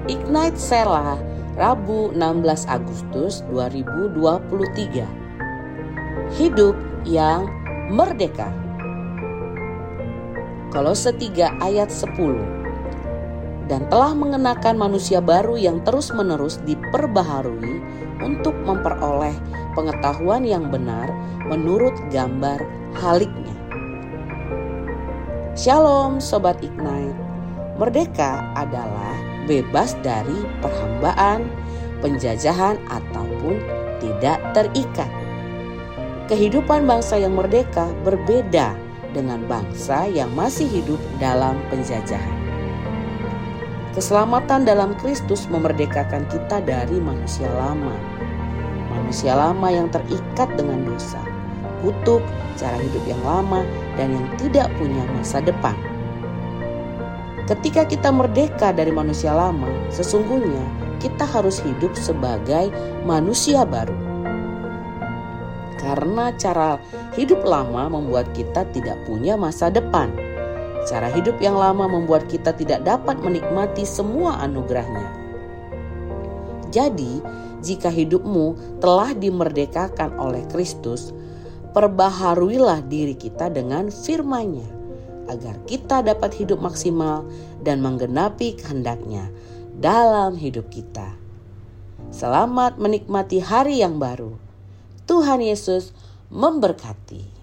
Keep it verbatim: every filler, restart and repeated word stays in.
Ignite Sela, Rabu enam belas Agustus dua ribu dua puluh tiga. Hidup yang merdeka. Kolose tiga ayat sepuluh. Dan telah mengenakan manusia baru yang terus-menerus diperbaharui untuk memperoleh pengetahuan yang benar menurut gambar haliknya. Shalom Sobat Ignite. Merdeka adalah bebas dari perhambaan, penjajahan ataupun tidak terikat. Kehidupan bangsa yang merdeka berbeda dengan bangsa yang masih hidup dalam penjajahan. Keselamatan dalam Kristus memerdekakan kita dari manusia lama. Manusia lama yang terikat dengan dosa, kutuk, cara hidup yang lama, dan yang tidak punya masa depan. Ketika kita merdeka dari manusia lama, sesungguhnya kita harus hidup sebagai manusia baru. Karena cara hidup lama membuat kita tidak punya masa depan. Cara hidup yang lama membuat kita tidak dapat menikmati semua anugerahnya. Jadi, jika hidupmu telah dimerdekakan oleh Kristus, perbaharuilah diri kita dengan firman-Nya, agar kita dapat hidup maksimal dan menggenapi kehendak-Nya dalam hidup kita. Selamat menikmati hari yang baru. Tuhan Yesus memberkati.